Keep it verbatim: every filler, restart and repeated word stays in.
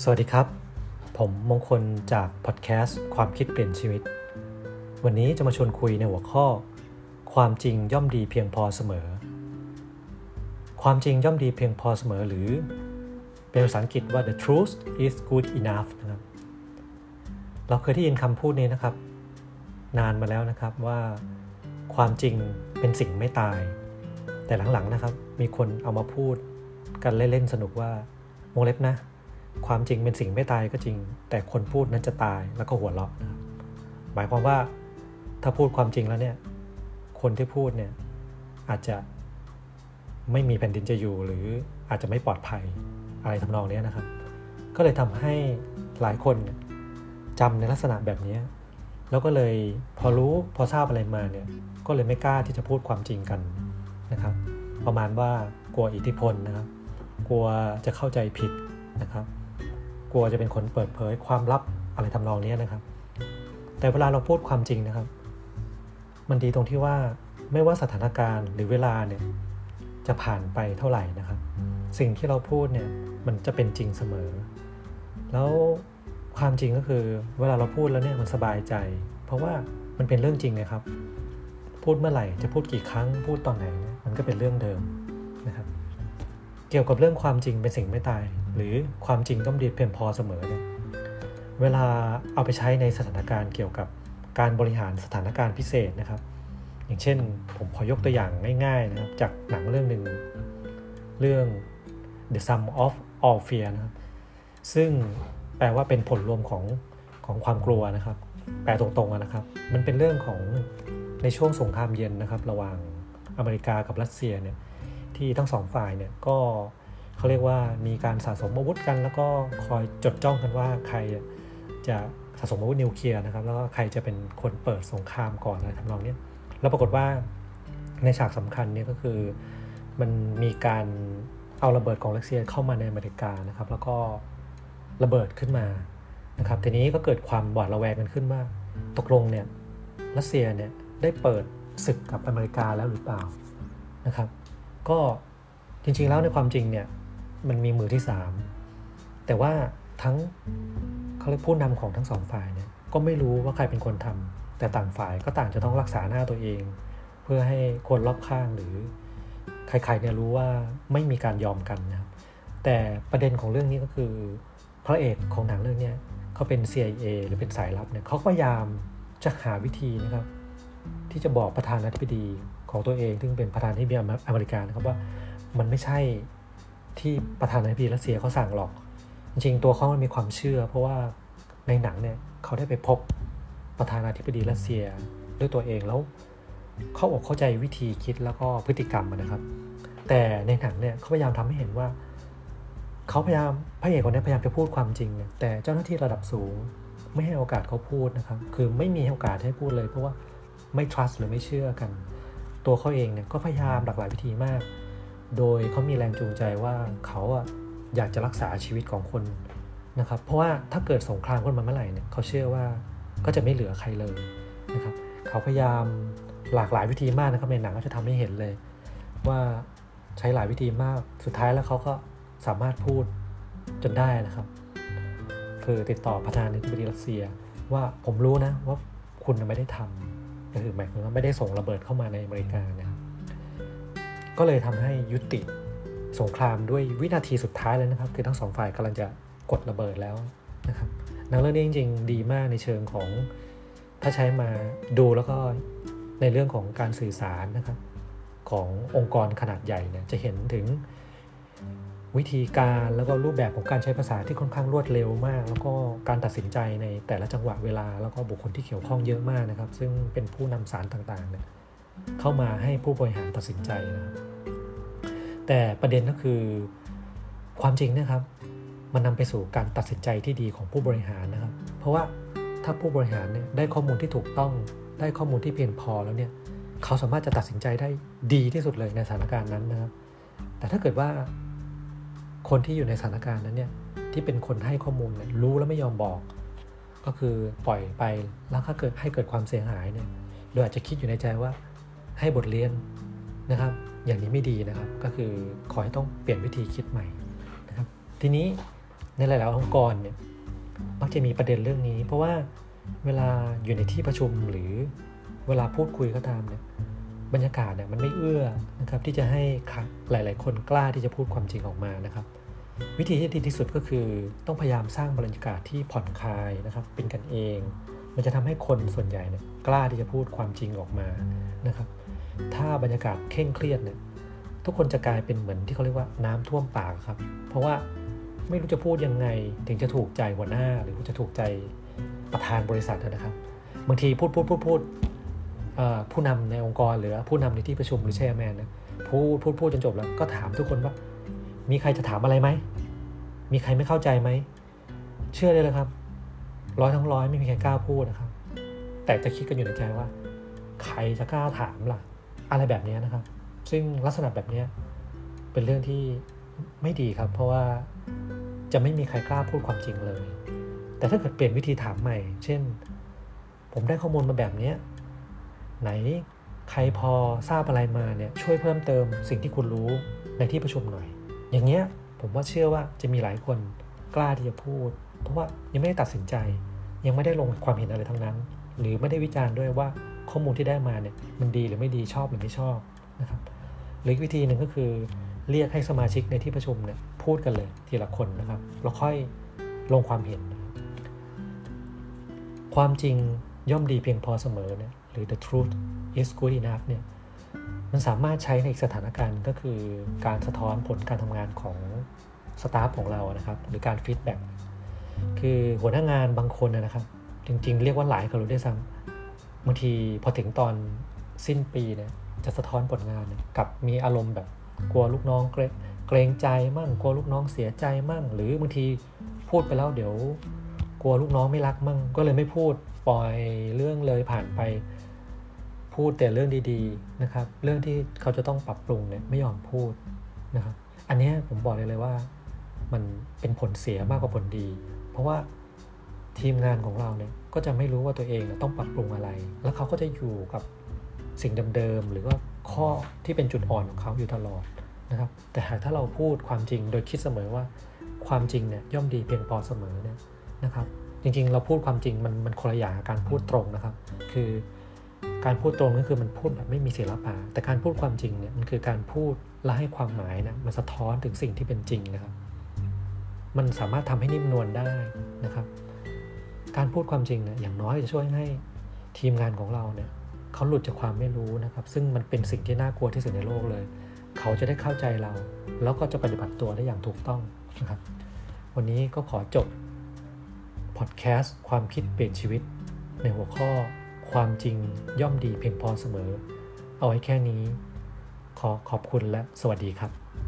วัสดีครับผมมงคลจากพอดแคสต์ความคิดเปลี่ยนชีวิตวันนี้จะมาชวนคุยในหัวข้อความจริงย่อมดีเพียงพอเสมอความจริงย่อมดีเพียงพอเสมอหรือเป็นภาษาอังกฤษว่า the truth is good enough นะครับเราเคยได้ยินคำพูดนี้นะครับนานมาแล้วนะครับว่าความจริงเป็นสิ่งไม่ตายแต่หลังๆนะครับมีคนเอามาพูดกันเล่นๆสนุกว่าวงเล็บนะความจริงเป็นสิ่งไม่ตายก็จริงแต่คนพูดนั้นจะตายแล้วก็หัวเราะนะครับหมายความว่าถ้าพูดความจริงแล้วเนี่ยคนที่พูดเนี่ยอาจจะไม่มีแผ่นดินจะอยู่หรืออาจจะไม่ปลอดภัยอะไรทำนองนี้นะครับก็เลยทำให้หลายคนจำในลักษณะแบบนี้แล้วก็เลยพอรู้พอทราบอะไรมาเนี่ยก็เลยไม่กล้าที่จะพูดความจริงกันนะครับประมาณว่ากลัวอิทธิพลนะครับกลัวจะเข้าใจผิดนะครับกลัวจะเป็นคนเปิดเผยความลับอะไรทำนองนี้นะครับแต่เวลาเราพูดความจริงนะครับมันดีตรงที่ว่าไม่ว่าสถานการณ์หรือเวลาเนี่ยจะผ่านไปเท่าไหร่นะครับสิ่งที่เราพูดเนี่ยมันจะเป็นจริงเสมอแล้วความจริงก็คือเวลาเราพูดแล้วเนี่ยมันสบายใจเพราะว่ามันเป็นเรื่องจริงนะครับพูดเมื่อไหร่จะพูดกี่ครั้งพูดตอนไหนเนี่ยมันก็เป็นเรื่องเดิมนะครับเกี่ยวกับเรื่องความจริงเป็นสิ่งไม่ตายหรือความจริงต้องดีเพียงพอเสมอเนี่ยเวลาเอาไปใช้ในสถานการณ์เกี่ยวกับการบริหารสถานการณ์พิเศษนะครับอย่างเช่นผมขอยกตัวอย่างง่ายๆนะครับจากหนังเรื่องหนึ่งเรื่อง The Sum of All Fear นะครับซึ่งแปลว่าเป็นผลรวมของของความกลัวนะครับแปลตรงๆนะครับมันเป็นเรื่องของในช่วงสงครามเย็นนะครับระหว่างอเมริกากับรัสเซียเนี่ยที่ทั้งสองฝ่ายเนี่ยก็เขาเรียกว่ามีการสะสมอาวุธกันแล้วก็คอยจดจ้องกันว่าใครจะสะสมอาวุธนิวเคลียร์นะครับแล้วก็ใครจะเป็นคนเปิดสงครามก่อนอะไรทำนองนี้แล้วปรากฏว่าในฉากสำคัญเนี่ยก็คือมันมีการเอาระเบิดของรัสเซียเข้ามาในอเมริกานะครับแล้วก็ระเบิดขึ้นมานะครับทีนี้ก็เกิดความหวาดระแวงกันขึ้นว่าตกลงเนี่ยรัสเซียเนี่ยได้เปิดศึกกับอเมริกาแล้วหรือเปล่านะครับก็จริงๆแล้วในความจริงเนี่ยมันมีมือที่สามแต่ว่าทั้งเขาเรียกผู้นำของทั้งสองฝ่ายเนี่ยก็ไม่รู้ว่าใครเป็นคนทำแต่ต่างฝ่ายก็ต่างจะต้องรักษาหน้าตัวเองเพื่อให้คนรอบข้างหรือใครๆเนี่ยรู้ว่าไม่มีการยอมกันนะครับแต่ประเด็นของเรื่องนี้ก็คือพระเอกของหนังเรื่องนี้เขาเป็น ซี ไอ เอ หรือเป็นสายลับเนี่ยเขาพยายามจะหาวิธีนะครับที่จะบอกประธานาธิบดีของตัวเองซึ่งเป็นประธานาธิบดีอเมริกานะครับว่ามันไม่ใช่ที่ประธานาธิบดีรัสเซียเขาสั่งหรอกจริงๆตัวเขามันมีความเชื่อเพราะว่าในหนังเนี่ยเขาได้ไปพบประธานาธิบดีรัสเซียด้วยตัวเองแล้วเขาอกเข้าใจวิธีคิดแล้วก็พฤติกรรมนะครับแต่ในหนังเนี่ยเขาพยายามทำให้เห็นว่าเขาพยายามพระเอกคนนี้พยายามจะพูดความจริงเนี่ยแต่เจ้าหน้าที่ระดับสูงไม่ให้โอกาสเขาพูดนะครับคือไม่มีโอกาสให้พูดเลยเพราะว่าไม่ trust หรือไม่เชื่อกันตัวเขาเองเนี่ยก็พยายามหลากหลายวิธีมากโดยเขามีแรงจูงใจว่าเขาอ่ะอยากจะรักษาชีวิตของคนนะครับเพราะว่าถ้าเกิดสงครามขึ้นมาเมื่อไหร่เนี่ยเขาเชื่อว่าก็จะไม่เหลือใครเลยนะครับเขาพยายามหลากหลายวิธีมากนะครับในหนังก็จะทำให้เห็นเลยว่าใช้หลายวิธีมากสุดท้ายแล้วเขาก็สามารถพูดจนได้นะครับคือติดต่อประธานาธิบดีรัสเซียว่าผมรู้นะว่าคุณไม่ได้ทำก็คือหมายถึงว่าไม่ได้ส่งระเบิดเข้ามาในอเมริกานะครับก็เลยทำให้ยุติสงครามด้วยวินาทีสุดท้ายเลยนะครับคือทั้งสองฝ่ายกำลังจะกดระเบิดแล้วนะครับหนังเรื่องนี้จริงๆดีมากในเชิงของถ้าใช้มาดูแล้วก็ในเรื่องของการสื่อสารนะครับขององค์กรขนาดใหญ่เนี่ยจะเห็นถึงวิธีการแล้วก็รูปแบบของการใช้ภาษาที่ค่อนข้างรวดเร็วมากแล้วก็การตัดสินใจในแต่ละจังหวะเวลาแล้วก็บุคคลที่เกี่ยวข้องเยอะมากนะครับซึ่งเป็นผู้นำสารต่างๆเนี่ยเข้ามาให้ผู้บริหารตัดสินใจนะครับแต่ประเด็นก็คือความจริงนะครับมันนำไปสู่การตัดสินใจที่ดีของผู้บริหารนะครับเพราะว่าถ้าผู้บริหารเนี่ยได้ข้อมูลที่ถูกต้องได้ข้อมูลที่เพียงพอแล้วเนี่ยเขาสามารถจะตัดสินใจได้ดีที่สุดเลยในสถานการณ์นั้นนะครับแต่ถ้าเกิดว่าคนที่อยู่ในสถานการณ์นั้นเนี่ยที่เป็นคนให้ข้อมูลเนี่ยรู้แล้วไม่ยอมบอกก็คือปล่อยไปแล้วถ้าเกิดให้เกิดความเสียหายเนี่ยโดยอาจจะคิดอยู่ในใจว่าให้บทเรียนนะครับอย่างนี้ไม่ดีนะครับก็คือขอให้ต้องเปลี่ยนวิธีคิดใหม่นะครับทีนี้ในหลายๆองค์กรเนี่ยมักจะมีประเด็นเรื่องนี้เพราะว่าเวลาอยู่ในที่ประชุมหรือเวลาพูดคุยก็ตามเนี่ยบรรยากาศเนี่ยมันไม่เอื้อนะครับที่จะให้หลายๆคนกล้าที่จะพูดความจริงออกมานะครับวิธีที่ดีที่สุดก็คือต้องพยายามสร้างบรรยากาศที่ผ่อนคลายนะครับเป็นกันเองมันจะทำให้คนส่วนใหญ่เนี่ยกล้าที่จะพูดความจริงออกมานะครับถ้าบรรยากาศเคร่งเครียดเนี่ยทุกคนจะกลายเป็นเหมือนที่เขาเรียกว่าน้ำท่วมปากครับเพราะว่าไม่รู้จะพูดยังไงถึงจะถูกใจหัวหน้าหรือจะถูกใจประธานบริษัทนะครับบางทีพูดพูดพูดพูดผู้นำในองค์กรหรือผู้นำในที่ประชุมหรือแชร์แมนนะพูดพูดพูดจนจบแล้วก็ถามทุกคนว่ามีใครจะถามอะไรไหมมีใครไม่เข้าใจไหมเชื่อได้เลยครับร้อยทั้งร้อยไม่มีใครกล้าพูดนะครับแต่จะคิดกันอยู่ในใจว่าใครจะกล้าถามล่ะอะไรแบบนี้นะครับซึ่งลักษณะแบบนี้เป็นเรื่องที่ไม่ดีครับเพราะว่าจะไม่มีใครกล้าพูดความจริงเลยแต่ถ้าเกิดเปลี่ยนวิธีถามใหม่เช่นผมได้ข้อมูลมาแบบนี้ไหนใครพอทราบอะไรมาเนี่ยช่วยเพิ่มเติมสิ่งที่คุณรู้ในที่ประชุมหน่อยอย่างเงี้ยผมว่าเชื่อว่าจะมีหลายคนกล้าที่จะพูดเพราะว่ายังไม่ได้ตัดสินใจยังไม่ได้ลงความเห็นอะไรทั้งนั้นหรือไม่ได้วิจารณ์ด้วยว่าข้อมูลที่ได้มาเนี่ยมันดีหรือไม่ดีชอบหรือไม่ชอบนะครับหรืออีกวิธีหนึ่งก็คือเรียกให้สมาชิกในที่ประชุมเนี่ยพูดกันเลยทีละคนนะครับแล้วค่อยลงความเห็นความจริงย่อมดีเพียงพอเสมอเนี่ยหรือ the truth is good enough เนี่ยมันสามารถใช้ในอีกสถานการณ์ก็คือการสะท้อนผลการทำงานของสตาฟของเรานะครับหรือการฟีดแบ็กคือหัวหน้างานบางคนนะครับจริงๆเรียกว่าหลายคนรู้ได้ซ้ำบางทีพอถึงตอนสิ้นปีเนี่ยจะสะท้อนผลงานเนี่ยกับมีอารมณ์แบบกลัวลูกน้องเกรเกรงใจมั่งกลัวลูกน้องเสียใจมั่งหรือบางทีพูดไปแล้วเดี๋ยวกลัวลูกน้องไม่รักมั่งก็เลยไม่พูดปล่อยเรื่องเลยผ่านไปพูดแต่เรื่องดีๆนะครับเรื่องที่เขาจะต้องปรับปรุงเนี่ยไม่ยอมพูดนะครับอันนี้ผมบอกเลยเลยว่ามันเป็นผลเสียมากกว่าผลดีเพราะว่าทีมงานของเราเนี่ยก็จะไม่รู้ว่าตัวเองต้องปรับปรุงอะไรแล้วเขาก็จะอยู่กับสิ่งเดิมๆหรือว่าข้อที่เป็นจุดอ่อนของเขาอยู่ตลอดนะครับแต่หากถ้าเราพูดความจริงโดยคิดเสมอว่าความจริงเนี่ยย่อมดีเพียงพอเสมอเนี่ยนะครับจริงๆเราพูดความจริงมันมันคนละอย่างกับการพูดตรงนะครับคือการพูดตรงก็คือมันพูดแบบไม่มีศิลปะแต่การพูดความจริงเนี่ยมันคือการพูดและให้ความหมายนะมันสะท้อนถึงสิ่งที่เป็นจริงนะครับมันสามารถทำให้นิ่มนวลได้นะครับการพูดความจริงเนี่ยอย่างน้อยจะช่วยให้ทีมงานของเราเนี่ยเขาหลุดจากความไม่รู้นะครับซึ่งมันเป็นสิ่งที่น่ากลัวที่สุดในโลกเลยเขาจะได้เข้าใจเราแล้วก็จะปฏิบัติตัวได้อย่างถูกต้องนะครับวันนี้ก็ขอจบพอดแคสต์ความคิดเปลี่ยนชีวิตในหัวข้อความจริงย่อมดีเพียงพอเสมอเอาไว้แค่นี้ขอขอบคุณและสวัสดีครับ